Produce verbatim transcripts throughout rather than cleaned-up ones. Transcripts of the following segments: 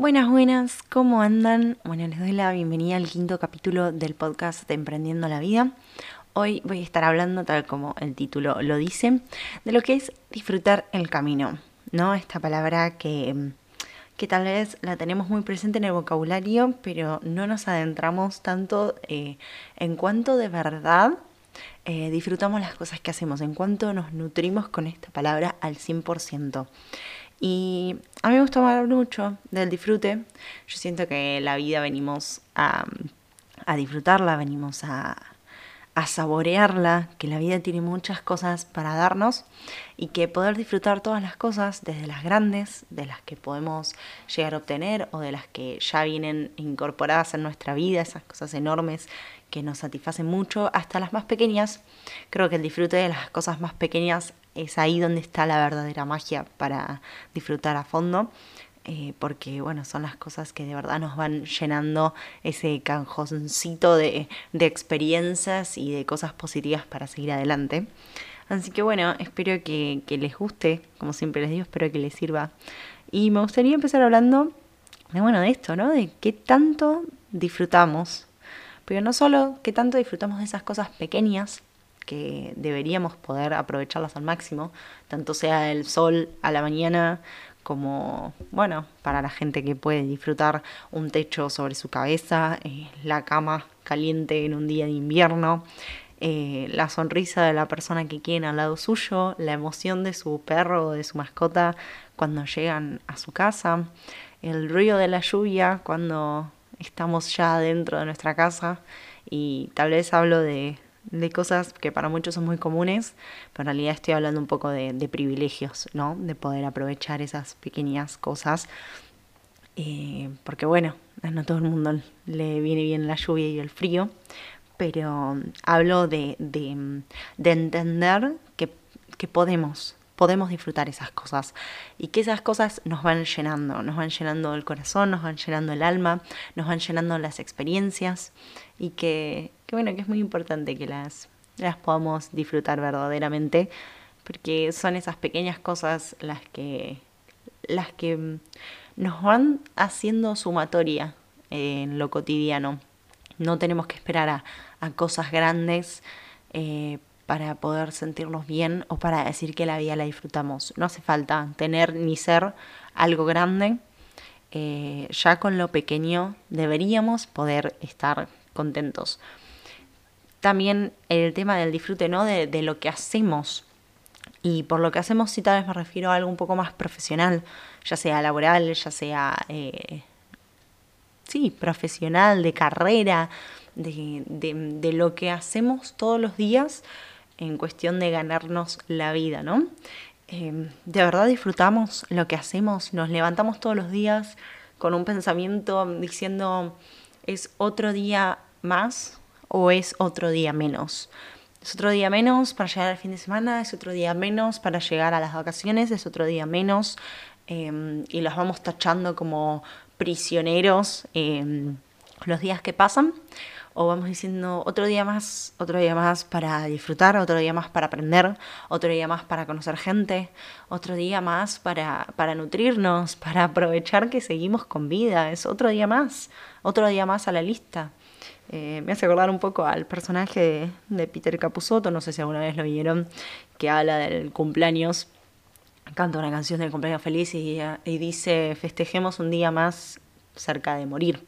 Buenas, buenas, ¿cómo andan? Bueno, les doy la bienvenida al quinto capítulo del podcast de Emprendiendo la Vida. Hoy voy a estar hablando, tal como el título lo dice, de lo que es disfrutar el camino, ¿no? Esta palabra que, que tal vez la tenemos muy presente en el vocabulario, pero no nos adentramos tanto eh, en cuanto de verdad eh, disfrutamos las cosas que hacemos, en cuanto nos nutrimos con esta palabra al cien por ciento. Y a mí me gusta hablar mucho del disfrute. Yo siento que la vida venimos a, a disfrutarla, venimos a, a saborearla, que la vida tiene muchas cosas para darnos y que poder disfrutar todas las cosas, desde las grandes, de las que podemos llegar a obtener o de las que ya vienen incorporadas en nuestra vida, esas cosas enormes que nos satisfacen mucho, hasta las más pequeñas. Creo que el disfrute de las cosas más pequeñas es ahí donde está la verdadera magia para disfrutar a fondo. Eh, porque bueno, son las cosas que de verdad nos van llenando ese cajoncito de, de experiencias y de cosas positivas para seguir adelante. Así que bueno, espero que, que les guste, como siempre les digo, espero que les sirva. Y me gustaría empezar hablando de, bueno, de esto, ¿no? De qué tanto disfrutamos, pero no solo qué tanto disfrutamos de esas cosas pequeñas, que deberíamos poder aprovecharlas al máximo, tanto sea el sol a la mañana como, bueno, para la gente que puede disfrutar un techo sobre su cabeza, eh, la cama caliente en un día de invierno, eh, la sonrisa de la persona que quieren al lado suyo, la emoción de su perro o de su mascota cuando llegan a su casa, el ruido de la lluvia cuando estamos ya dentro de nuestra casa. Y tal vez hablo de, de cosas que para muchos son muy comunes, pero en realidad estoy hablando un poco de, de privilegios, ¿no? De poder aprovechar esas pequeñas cosas. Eh, porque bueno, no todo el mundo le viene bien la lluvia y el frío, pero hablo de, de, de entender que, que podemos, podemos disfrutar esas cosas y que esas cosas nos van llenando, nos van llenando el corazón, nos van llenando el alma, nos van llenando las experiencias y que, que bueno, que es muy importante que las, las podamos disfrutar verdaderamente, porque son esas pequeñas cosas las que, las que nos van haciendo sumatoria en lo cotidiano. No tenemos que esperar a, a cosas grandes eh, para poder sentirnos bien o para decir que la vida la disfrutamos. No hace falta tener ni ser algo grande. Eh, ya con lo pequeño deberíamos poder estar contentos. También el tema del disfrute, ¿no? De, de lo que hacemos. Y por lo que hacemos, sí, tal vez me refiero a algo un poco más profesional, ya sea laboral, ya sea eh, sí, profesional, de carrera, de, de, de lo que hacemos todos los días en cuestión de ganarnos la vida, ¿no? Eh, de verdad disfrutamos lo que hacemos, nos levantamos todos los días con un pensamiento diciendo, ¿es otro día más o es otro día menos? Es otro día menos para llegar al fin de semana, es otro día menos para llegar a las vacaciones, es otro día menos eh, y los vamos tachando como prisioneros eh, los días que pasan, o vamos diciendo otro día más, otro día más para disfrutar, otro día más para aprender, otro día más para conocer gente, otro día más para, para nutrirnos, para aprovechar que seguimos con vida, es otro día más, otro día más a la lista. Eh, me hace acordar un poco al personaje de, de Peter Capusotto, no sé si alguna vez lo vieron, que habla del cumpleaños, canta una canción del cumpleaños feliz y, y dice, festejemos un día más cerca de morir.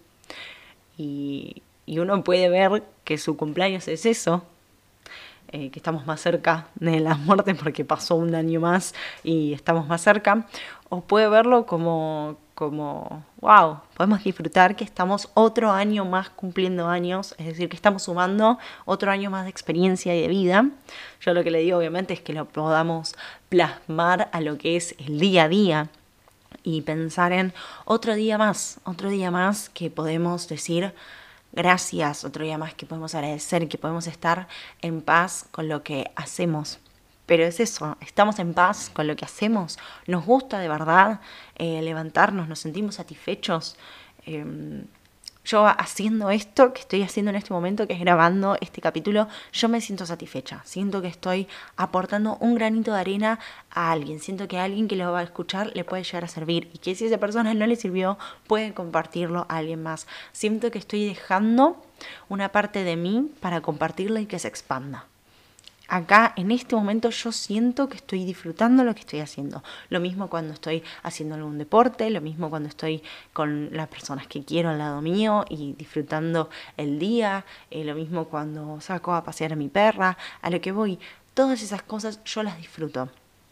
Y, y uno puede ver que su cumpleaños es eso, eh, que estamos más cerca de la muerte porque pasó un año más y estamos más cerca, o puede verlo como, como, wow, podemos disfrutar que estamos otro año más cumpliendo años, es decir, que estamos sumando otro año más de experiencia y de vida. Yo lo que le digo obviamente es que lo podamos plasmar a lo que es el día a día y pensar en otro día más, otro día más que podemos decir gracias, otro día más que podemos agradecer, que podemos estar en paz con lo que hacemos. Pero es eso, estamos en paz con lo que hacemos, nos gusta de verdad eh, levantarnos, nos sentimos satisfechos. Eh, Yo haciendo esto que estoy haciendo en este momento, que es grabando este capítulo, yo me siento satisfecha. Siento que estoy aportando un granito de arena a alguien. Siento que a alguien que lo va a escuchar le puede llegar a servir. Y que si a esa persona no le sirvió, puede compartirlo a alguien más. Siento que estoy dejando una parte de mí para compartirla y que se expanda. Acá, en este momento, yo siento que estoy disfrutando lo que estoy haciendo. Lo mismo cuando estoy haciendo algún deporte, lo mismo cuando estoy con las personas que quiero al lado mío y disfrutando el día, eh, lo mismo cuando saco a pasear a mi perra, a lo que voy. Todas esas cosas yo las disfruto.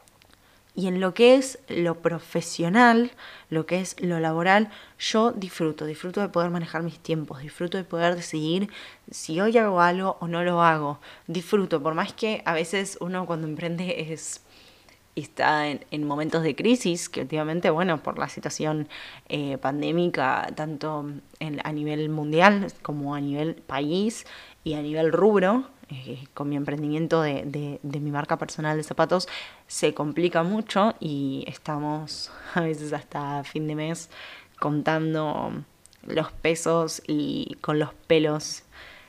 Y en lo que es lo profesional, lo que es lo laboral, yo disfruto, disfruto de poder manejar mis tiempos, disfruto de poder decidir si hoy hago algo o no lo hago. Disfruto, por más que a veces uno cuando emprende es está en, en momentos de crisis, que últimamente, bueno, por la situación eh, pandémica, tanto en, a nivel mundial como a nivel país y a nivel rubro, eh, con mi emprendimiento de, de, de mi marca personal de zapatos, se complica mucho y estamos a veces hasta fin de mes contando los pesos y con los pelos.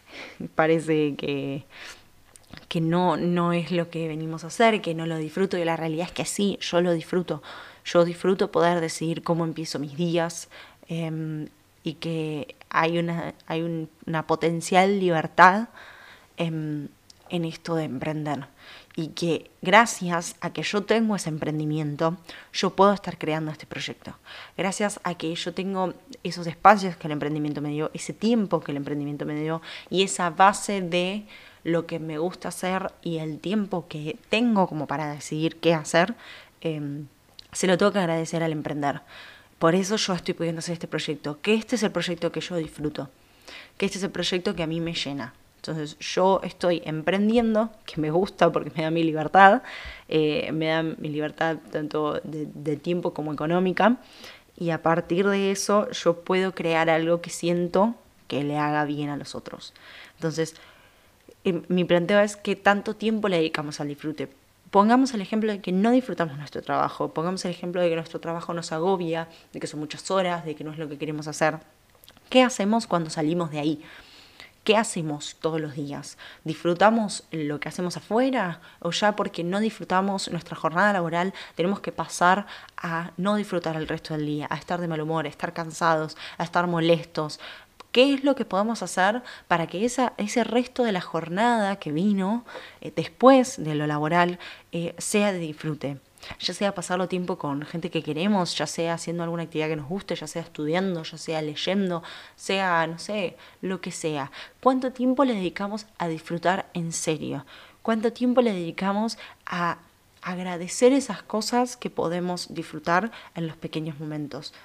Parece que que no, no es lo que venimos a hacer, que no lo disfruto, y la realidad es que sí, yo lo disfruto. Yo disfruto poder decidir cómo empiezo mis días eh, y que hay una, hay un, una potencial libertad eh, en esto de emprender. Y que gracias a que yo tengo ese emprendimiento, yo puedo estar creando este proyecto. Gracias a que yo tengo esos espacios que el emprendimiento me dio, ese tiempo que el emprendimiento me dio y esa base de lo que me gusta hacer y el tiempo que tengo como para decidir qué hacer, eh, se lo tengo que agradecer al emprender. Por eso yo estoy pudiendo hacer este proyecto, que este es el proyecto que yo disfruto, que este es el proyecto que a mí me llena. Entonces yo estoy emprendiendo, que me gusta porque me da mi libertad, eh, me da mi libertad tanto de, de tiempo como económica, y a partir de eso yo puedo crear algo que siento que le haga bien a los otros. Entonces, eh, mi planteo es qué tanto tiempo le dedicamos al disfrute. Pongamos el ejemplo de que no disfrutamos nuestro trabajo, pongamos el ejemplo de que nuestro trabajo nos agobia, de que son muchas horas, de que no es lo que queremos hacer. ¿Qué hacemos cuando salimos de ahí? ¿Qué hacemos todos los días? ¿Disfrutamos lo que hacemos afuera? ¿O ya porque no disfrutamos nuestra jornada laboral tenemos que pasar a no disfrutar el resto del día, a estar de mal humor, a estar cansados, a estar molestos? ¿Qué es lo que podemos hacer para que esa, ese resto de la jornada que vino eh, después de lo laboral eh, sea de disfrute? Ya sea pasarlo tiempo con gente que queremos, ya sea haciendo alguna actividad que nos guste, ya sea estudiando, ya sea leyendo, sea, no sé, lo que sea. ¿Cuánto tiempo le dedicamos a disfrutar en serio? ¿Cuánto tiempo le dedicamos a agradecer esas cosas que podemos disfrutar en los pequeños momentos?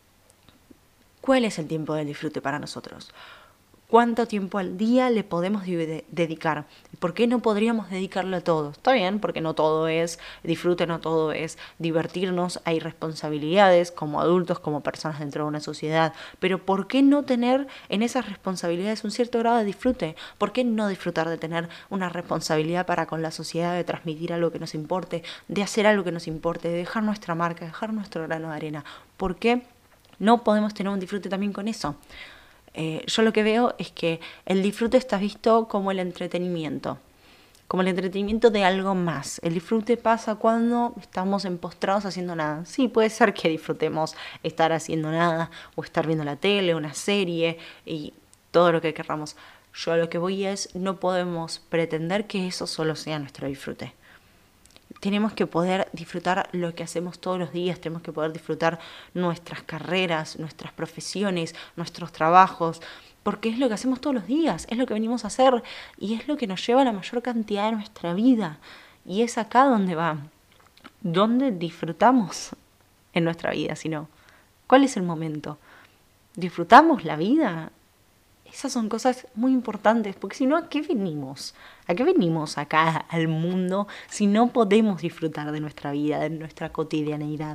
¿Cuál es el tiempo del disfrute para nosotros? ¿Cuánto tiempo al día le podemos de- dedicar? ¿Por qué no podríamos dedicarlo a todo? Está bien, porque no todo es disfrute, no todo es divertirnos. Hay responsabilidades como adultos, como personas dentro de una sociedad. Pero ¿por qué no tener en esas responsabilidades un cierto grado de disfrute? ¿Por qué no disfrutar de tener una responsabilidad para con la sociedad, de transmitir algo que nos importe, de hacer algo que nos importe, de dejar nuestra marca, dejar nuestro grano de arena? ¿Por qué no podemos tener un disfrute también con eso? Eh, yo lo que veo es que el disfrute está visto como el entretenimiento, como el entretenimiento de algo más. El disfrute pasa cuando estamos empostrados haciendo nada. Sí, puede ser que disfrutemos estar haciendo nada o estar viendo la tele, una serie y todo lo que querramos. Yo a lo que voy es, no podemos pretender que eso solo sea nuestro disfrute. Tenemos que poder disfrutar lo que hacemos todos los días, tenemos que poder disfrutar nuestras carreras, nuestras profesiones, nuestros trabajos, porque es lo que hacemos todos los días, es lo que venimos a hacer y es lo que nos lleva la mayor cantidad de nuestra vida. Y es acá donde va, donde disfrutamos en nuestra vida, sino, ¿cuál es el momento? ¿Disfrutamos la vida? Esas son cosas muy importantes, porque si no, ¿a qué venimos? ¿A qué venimos acá al mundo si no podemos disfrutar de nuestra vida, de nuestra cotidianeidad?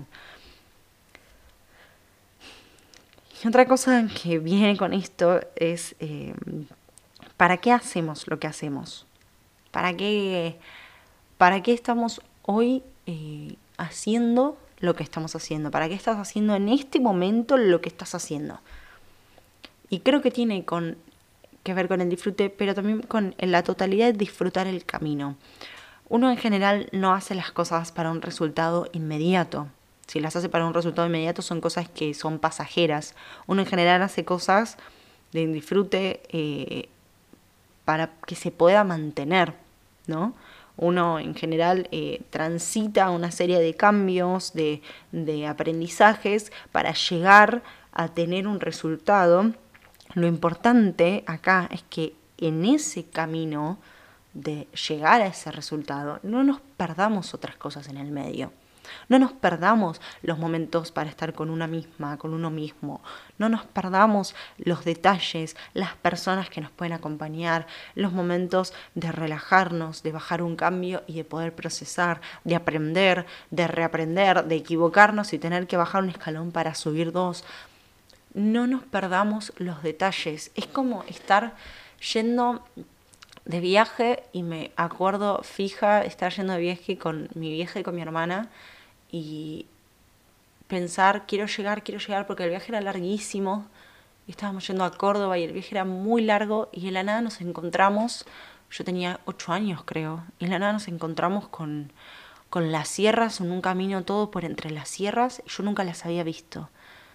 Y otra cosa que viene con esto es, eh, ¿para qué hacemos lo que hacemos? ¿Para qué, para qué estamos hoy eh, haciendo lo que estamos haciendo? ¿Para qué estás haciendo en este momento lo que estás haciendo? Y creo que tiene con, que ver con el disfrute, pero también con la totalidad de disfrutar el camino. Uno en general no hace las cosas para un resultado inmediato. Si las hace para un resultado inmediato son cosas que son pasajeras. Uno en general hace cosas de disfrute eh, para que se pueda mantener, ¿no? Uno en general eh, transita una serie de cambios, de, de aprendizajes para llegar a tener un resultado. Lo importante acá es que en ese camino de llegar a ese resultado no nos perdamos otras cosas en el medio. No nos perdamos los momentos para estar con una misma, con uno mismo. No nos perdamos los detalles, las personas que nos pueden acompañar, los momentos de relajarnos, de bajar un cambio y de poder procesar, de aprender, de reaprender, de equivocarnos y tener que bajar un escalón para subir dos. No nos perdamos los detalles. Es como estar yendo de viaje, y me acuerdo fija estar yendo de viaje con mi vieja y con mi hermana y pensar, quiero llegar, quiero llegar, porque el viaje era larguísimo. Estábamos yendo a Córdoba y el viaje era muy largo, y de la nada nos encontramos, yo tenía ocho años creo, y de la nada nos encontramos con, con las sierras, en un camino todo por entre las sierras, y yo nunca las había visto.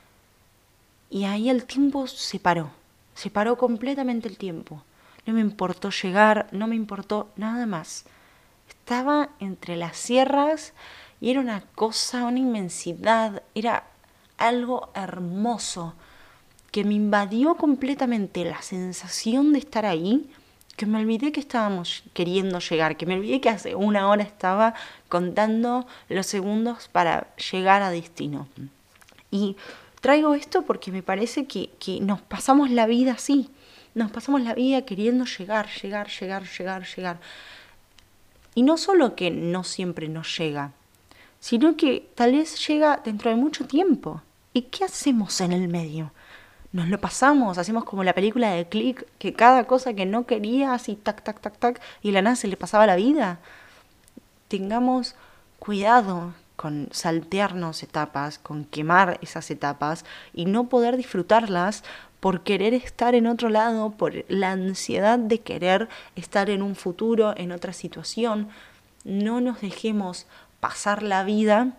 Y ahí el tiempo se paró, se paró completamente el tiempo. No me importó llegar, no me importó nada más. Estaba entre las sierras y era una cosa, una inmensidad, era algo hermoso que me invadió completamente la sensación de estar ahí, que me olvidé que estábamos queriendo llegar, que me olvidé que hace una hora estaba contando los segundos para llegar a destino. Y traigo esto porque me parece que, que nos pasamos la vida así. Nos pasamos la vida queriendo llegar, llegar, llegar, llegar, llegar. Y no solo que no siempre nos llega, sino que tal vez llega dentro de mucho tiempo. ¿Y qué hacemos en el medio? Nos lo pasamos, hacemos como la película de Click, que cada cosa que no quería, así tac, tac, tac, tac, y la nada se le pasaba la vida. Tengamos cuidado con saltearnos etapas, con quemar esas etapas y no poder disfrutarlas por querer estar en otro lado, por la ansiedad de querer estar en un futuro, en otra situación. No nos dejemos pasar la vida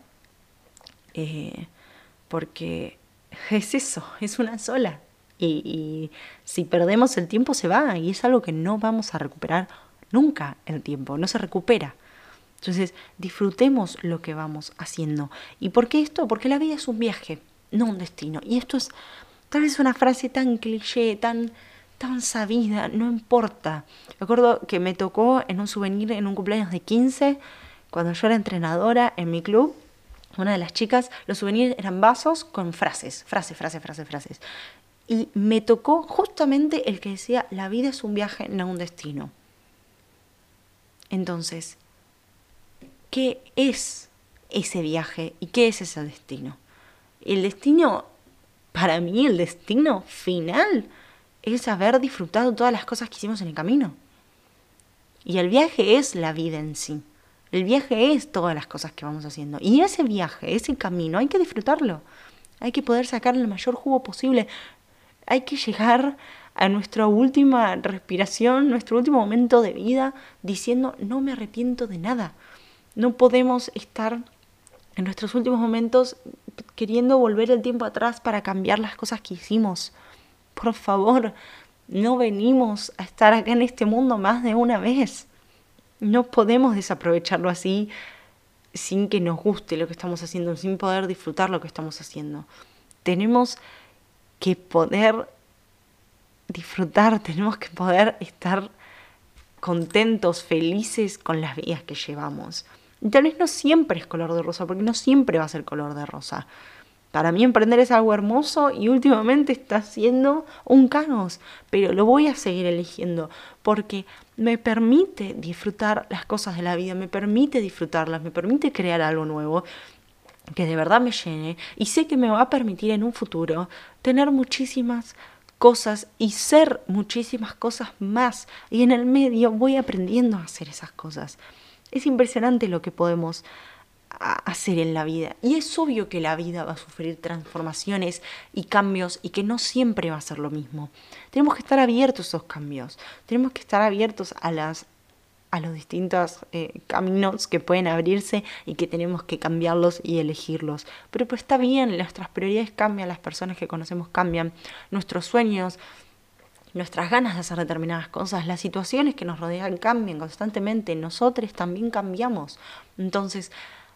eh, porque es eso, es una sola. Y, y si perdemos el tiempo se va, y es algo que no vamos a recuperar nunca. El tiempo no se recupera. Entonces disfrutemos lo que vamos haciendo. ¿Y por qué esto? Porque la vida es un viaje, no un destino. Y esto es tal vez una frase tan cliché, tan, tan sabida, no importa. Recuerdo que me tocó en un souvenir, en un cumpleaños de quince, cuando yo era entrenadora en mi club, una de las chicas, los souvenirs eran vasos con frases, frases, frases, frases, frases. Y me tocó justamente el que decía, la vida es un viaje, no un destino. Entonces, ¿qué es ese viaje y qué es ese destino? El destino, para mí el destino final es haber disfrutado todas las cosas que hicimos en el camino. Y el viaje es la vida en sí. El viaje es todas las cosas que vamos haciendo. Y ese viaje, ese camino, hay que disfrutarlo. Hay que poder sacarle el mayor jugo posible. Hay que llegar a nuestra última respiración, nuestro último momento de vida, diciendo, no me arrepiento de nada. No podemos estar en nuestros últimos momentos queriendo volver el tiempo atrás para cambiar las cosas que hicimos. Por favor, no venimos a estar acá en este mundo más de una vez. No podemos desaprovecharlo así sin que nos guste lo que estamos haciendo, sin poder disfrutar lo que estamos haciendo. Tenemos que poder disfrutar, tenemos que poder estar contentos, felices con las vidas que llevamos. Y tal vez no siempre es color de rosa, porque no siempre va a ser color de rosa. Para mí emprender es algo hermoso y últimamente está siendo un caos, pero lo voy a seguir eligiendo porque me permite disfrutar las cosas de la vida, me permite disfrutarlas, me permite crear algo nuevo que de verdad me llene y sé que me va a permitir en un futuro tener muchísimas cosas y ser muchísimas cosas más, y en el medio voy aprendiendo a hacer esas cosas. Es impresionante lo que podemos a hacer en la vida. Y es obvio que la vida va a sufrir transformaciones y cambios y que no siempre va a ser lo mismo. Tenemos que estar abiertos a esos cambios. Tenemos que estar abiertos a las a los distintos eh, caminos que pueden abrirse y que tenemos que cambiarlos y elegirlos. Pero pues está bien, nuestras prioridades cambian, las personas que conocemos cambian, nuestros sueños, nuestras ganas de hacer determinadas cosas, las situaciones que nos rodean cambian constantemente, nosotros también cambiamos. Entonces,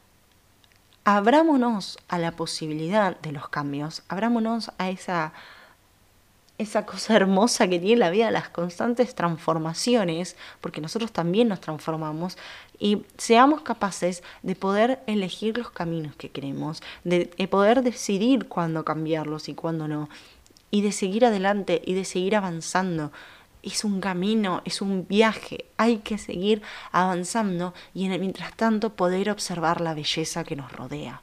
abrámonos a la posibilidad de los cambios, abrámonos a esa, esa cosa hermosa que tiene la vida, las constantes transformaciones, porque nosotros también nos transformamos, y seamos capaces de poder elegir los caminos que queremos, de, de poder decidir cuándo cambiarlos y cuándo no, y de seguir adelante y de seguir avanzando. Es un camino, es un viaje, hay que seguir avanzando y en el mientras tanto poder observar la belleza que nos rodea.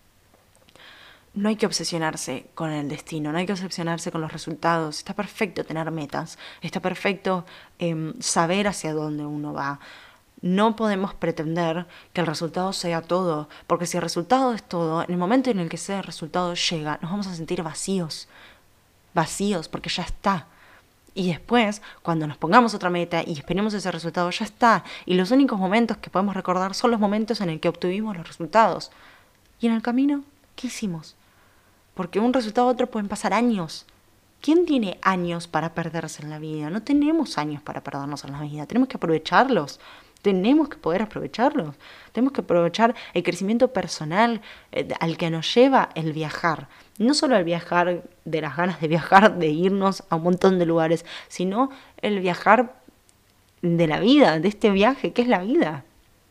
No hay que obsesionarse con el destino, no hay que obsesionarse con los resultados. Está perfecto tener metas, está perfecto eh, saber hacia dónde uno va. No podemos pretender que el resultado sea todo, porque si el resultado es todo, en el momento en el que ese resultado llega, nos vamos a sentir vacíos, vacíos, porque ya está. Y después, cuando nos pongamos otra meta y esperemos ese resultado, ya está. Y los únicos momentos que podemos recordar son los momentos en el que obtuvimos los resultados. Y en el camino, ¿qué hicimos? Porque un resultado a otro pueden pasar años. ¿Quién tiene años para perderse en la vida? No tenemos años para perdernos en la vida. Tenemos que aprovecharlos. Tenemos que poder aprovecharlos. Tenemos que aprovechar el crecimiento personal eh, al que nos lleva el viajar. No solo el viajar de las ganas de viajar, de irnos a un montón de lugares, sino el viajar de la vida, de este viaje que es la vida.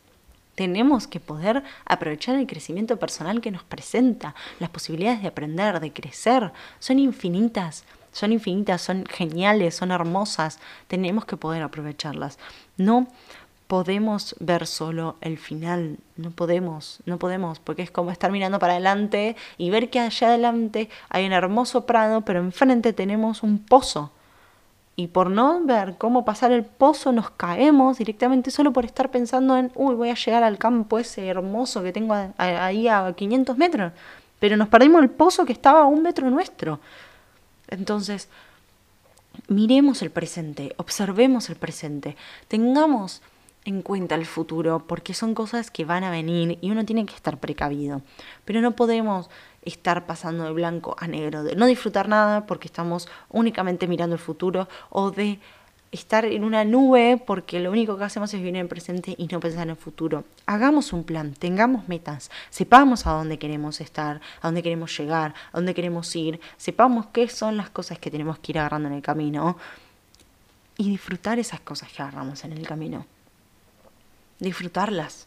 Tenemos que poder aprovechar el crecimiento personal que nos presenta. Las posibilidades de aprender, de crecer, son infinitas. Son infinitas, son geniales, son hermosas. Tenemos que poder aprovecharlas. No podemos ver solo el final, no podemos, no podemos, porque es como estar mirando para adelante y ver que allá adelante hay un hermoso prado, pero enfrente tenemos un pozo. Y por no ver cómo pasar el pozo nos caemos directamente solo por estar pensando en, uy, voy a llegar al campo ese hermoso que tengo ahí a quinientos metros. Pero nos perdimos el pozo que estaba a un metro nuestro. Entonces, miremos el presente, observemos el presente, tengamos en cuenta el futuro, porque son cosas que van a venir y uno tiene que estar precavido. Pero no podemos estar pasando de blanco a negro, de no disfrutar nada porque estamos únicamente mirando el futuro, o de estar en una nube porque lo único que hacemos es vivir en el presente y no pensar en el futuro. Hagamos un plan, tengamos metas, sepamos a dónde queremos estar, a dónde queremos llegar, a dónde queremos ir, sepamos qué son las cosas que tenemos que ir agarrando en el camino y disfrutar esas cosas que agarramos en el camino. Disfrutarlas.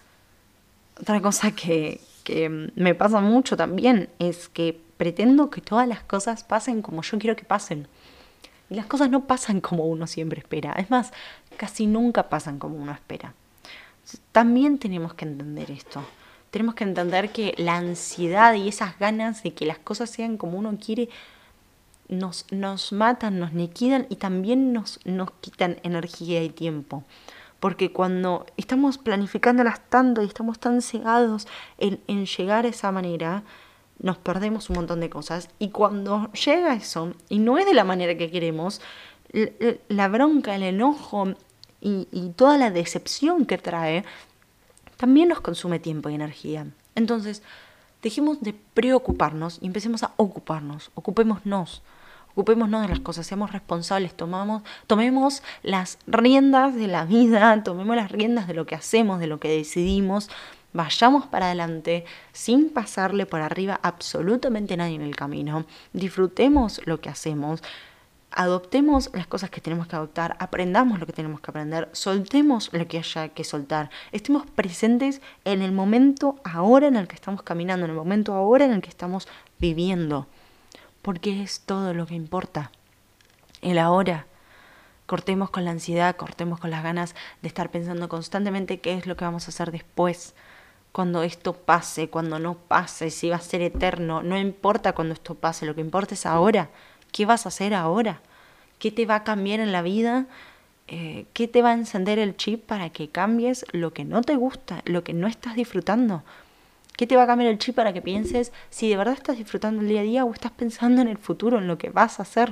Otra cosa que, que me pasa mucho también es que pretendo que todas las cosas pasen como yo quiero que pasen. Y las cosas no pasan como uno siempre espera. Es más, casi nunca pasan como uno espera. También tenemos que entender esto. Tenemos que entender que la ansiedad y esas ganas de que las cosas sean como uno quiere nos, nos matan, nos liquidan y también nos, nos quitan energía y tiempo. Porque cuando estamos planificándolas tanto y estamos tan cegados en, en llegar a esa manera, nos perdemos un montón de cosas. Y cuando llega eso, y no es de la manera que queremos, la bronca, el enojo y, y toda la decepción que trae, también nos consume tiempo y energía. Entonces, dejemos de preocuparnos y empecemos a ocuparnos. Ocupémonos. Ocupémonos de las cosas, seamos responsables, tomamos, tomemos las riendas de la vida, tomemos las riendas de lo que hacemos, de lo que decidimos, vayamos para adelante sin pasarle por arriba a absolutamente nadie en el camino, disfrutemos lo que hacemos, adoptemos las cosas que tenemos que adoptar, aprendamos lo que tenemos que aprender, soltemos lo que haya que soltar, estemos presentes en el momento ahora en el que estamos caminando, en el momento ahora en el que estamos viviendo. Porque es todo lo que importa. El ahora. Cortemos con la ansiedad, cortemos con las ganas de estar pensando constantemente qué es lo que vamos a hacer después. Cuando esto pase, cuando no pase, si va a ser eterno. No importa cuando esto pase, lo que importa es ahora. ¿Qué vas a hacer ahora? ¿Qué te va a cambiar en la vida Eh, ¿Qué te va a encender el chip para que cambies lo que no te gusta, lo que no estás disfrutando? ¿Qué te va a cambiar el chip para que pienses si de verdad estás disfrutando el día a día o estás pensando en el futuro, en lo que vas a hacer?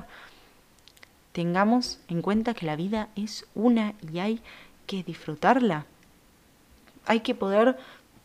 Tengamos en cuenta que la vida es una y hay que disfrutarla. Hay que poder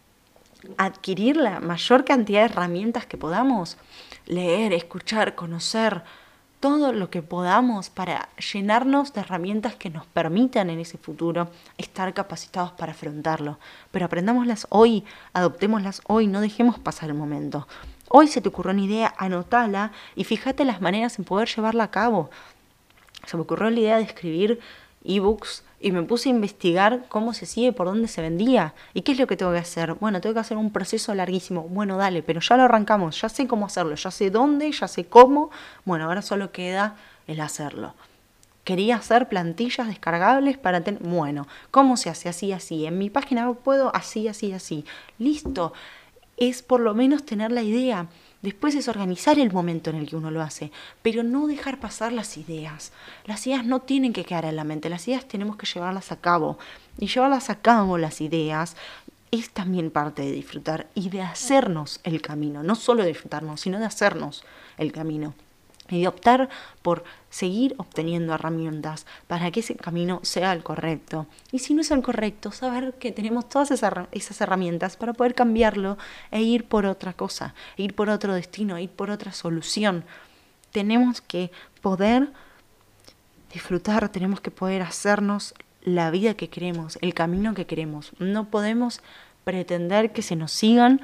adquirir la mayor cantidad de herramientas que podamos. Leer, escuchar, conocer, todo lo que podamos para llenarnos de herramientas que nos permitan en ese futuro estar capacitados para afrontarlo. Pero aprendámoslas hoy, adoptémoslas hoy, no dejemos pasar el momento. Hoy se te ocurrió una idea, anotala y fíjate las maneras en poder llevarla a cabo. Se me ocurrió la idea de escribir ebooks y me puse a investigar cómo se hacía y por dónde se vendía. ¿Y qué es lo que tengo que hacer? Bueno, tengo que hacer un proceso larguísimo. Bueno, dale, pero ya lo arrancamos, ya sé cómo hacerlo, ya sé dónde, ya sé cómo. Bueno, ahora solo queda el hacerlo. Quería hacer plantillas descargables para tener... Bueno, ¿cómo se hace? Así, así. En mi página puedo así, así, así. Listo. Es por lo menos tener la idea. Después es organizar el momento en el que uno lo hace, pero no dejar pasar las ideas. Las ideas no tienen que quedar en la mente, las ideas tenemos que llevarlas a cabo. Y llevarlas a cabo las ideas es también parte de disfrutar y de hacernos el camino. No solo de disfrutarnos, sino de hacernos el camino. Y de optar por seguir obteniendo herramientas para que ese camino sea el correcto. Y si no es el correcto, saber que tenemos todas esas herramientas para poder cambiarlo e ir por otra cosa, e ir por otro destino, e ir por otra solución. Tenemos que poder disfrutar, tenemos que poder hacernos la vida que queremos, el camino que queremos. No podemos pretender que se nos sigan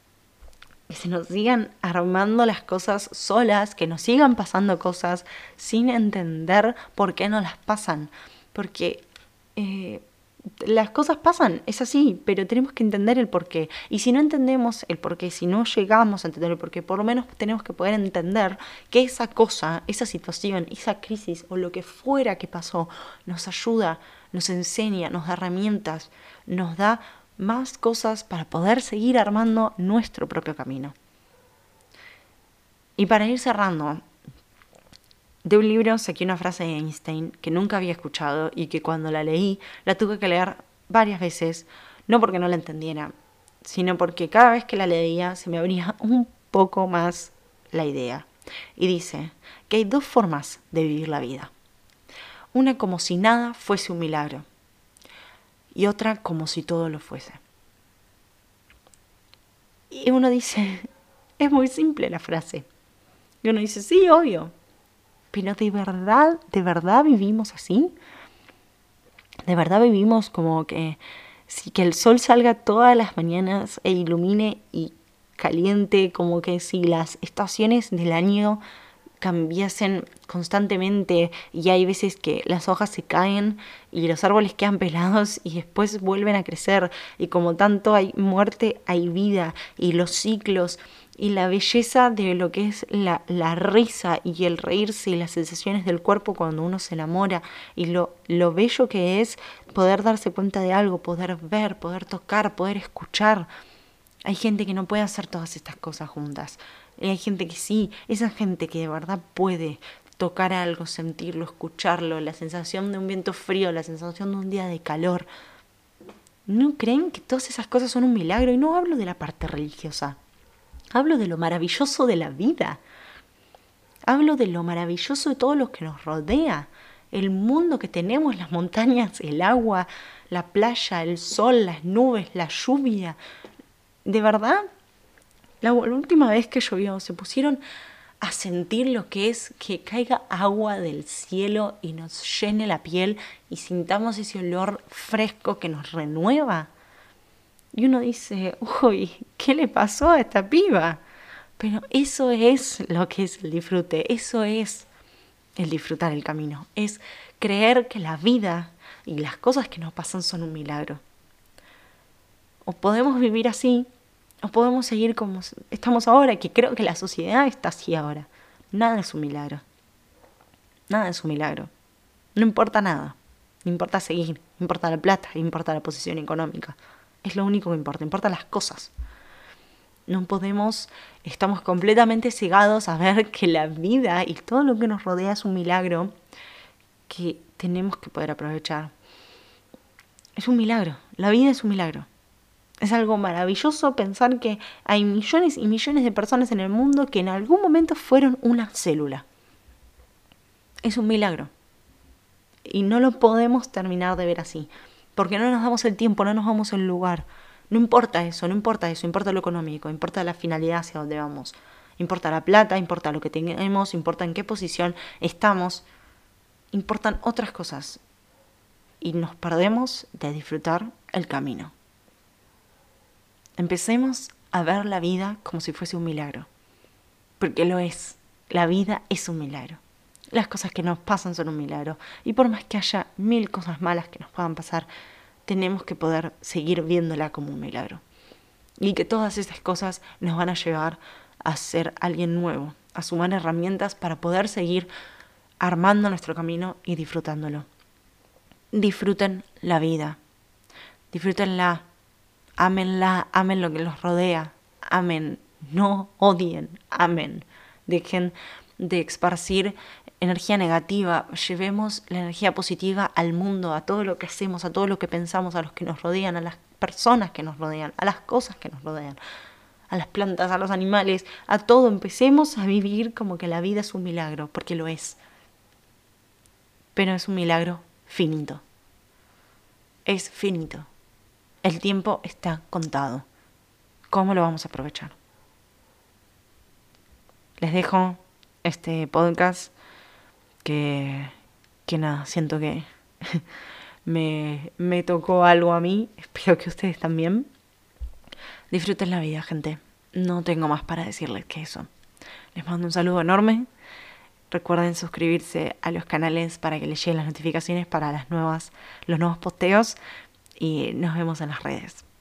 que se nos sigan armando las cosas solas, que nos sigan pasando cosas sin entender por qué no las pasan. Porque eh, las cosas pasan, es así, pero tenemos que entender el porqué. Y si no entendemos el porqué, si no llegamos a entender el porqué, por lo menos tenemos que poder entender que esa cosa, esa situación, esa crisis o lo que fuera que pasó nos ayuda, nos enseña, nos da herramientas, nos da más cosas para poder seguir armando nuestro propio camino. Y para ir cerrando, de un libro saqué una frase de Einstein que nunca había escuchado y que cuando la leí la tuve que leer varias veces, no porque no la entendiera, sino porque cada vez que la leía se me abría un poco más la idea. Y dice que hay dos formas de vivir la vida. Una como si nada fuese un milagro. Y otra como si todo lo fuese. Y uno dice, es muy simple la frase. Y uno dice, sí, obvio. Pero ¿de verdad, de verdad vivimos así? ¿De verdad vivimos como que, si que el sol salga todas las mañanas e ilumine y caliente, como que si las estaciones del año cambiasen constantemente y hay veces que las hojas se caen y los árboles quedan pelados y después vuelven a crecer y como tanto hay muerte, hay vida y los ciclos y la belleza de lo que es la, la risa y el reírse y las sensaciones del cuerpo cuando uno se enamora y lo, lo bello que es poder darse cuenta de algo, poder ver, poder tocar, poder escuchar. Hay gente que no puede hacer todas estas cosas juntas. Y hay gente que sí, esa gente que de verdad puede tocar algo, sentirlo, escucharlo, la sensación de un viento frío, la sensación de un día de calor. ¿No creen que todas esas cosas son un milagro? Y no hablo de la parte religiosa, hablo de lo maravilloso de la vida. Hablo de lo maravilloso de todo lo que nos rodea. El mundo que tenemos, las montañas, el agua, la playa, el sol, las nubes, la lluvia. De verdad, la, la última vez que llovió se pusieron a sentir lo que es que caiga agua del cielo y nos llene la piel y sintamos ese olor fresco que nos renueva. Y uno dice, uy, ¿qué le pasó a esta piba? Pero eso es lo que es el disfrute, eso es el disfrutar el camino. Es creer que la vida y las cosas que nos pasan son un milagro. O podemos vivir así, o podemos seguir como estamos ahora, que creo que la sociedad está así ahora. Nada es un milagro. Nada es un milagro. No importa nada. No importa seguir, no importa la plata, no importa la posición económica. Es lo único que importa, importan las cosas. No podemos, estamos completamente cegados a ver que la vida y todo lo que nos rodea es un milagro que tenemos que poder aprovechar. Es un milagro, la vida es un milagro. Es algo maravilloso pensar que hay millones y millones de personas en el mundo que en algún momento fueron una célula. Es un milagro. Y no lo podemos terminar de ver así. Porque no nos damos el tiempo, no nos damos el lugar. No importa eso, no importa eso. Importa lo económico, importa la finalidad hacia dónde vamos. Importa la plata, importa lo que tenemos, importa en qué posición estamos. Importan otras cosas. Y nos perdemos de disfrutar el camino. Empecemos a ver la vida como si fuese un milagro. Porque lo es. La vida es un milagro. Las cosas que nos pasan son un milagro. Y por más que haya mil cosas malas que nos puedan pasar, tenemos que poder seguir viéndola como un milagro. Y que todas esas cosas nos van a llevar a ser alguien nuevo, a sumar herramientas para poder seguir armando nuestro camino y disfrutándolo. Disfruten la vida. Disfrútenla. Ámenla, amen lo que los rodea, amen, no odien, amen. Dejen de esparcir energía negativa, llevemos la energía positiva al mundo, a todo lo que hacemos, a todo lo que pensamos, a los que nos rodean, a las personas que nos rodean, a las cosas que nos rodean, a las plantas, a los animales, a todo. Empecemos a vivir como que la vida es un milagro, porque lo es. Pero es un milagro finito. Es finito. El tiempo está contado. ¿Cómo lo vamos a aprovechar? Les dejo este podcast que, que nada, siento que me, me tocó algo a mí. Espero que ustedes también. Disfruten la vida, gente. No tengo más para decirles que eso. Les mando un saludo enorme. Recuerden suscribirse a los canales para que les lleguen las notificaciones para las nuevas, los nuevos posteos. Y nos vemos en las redes.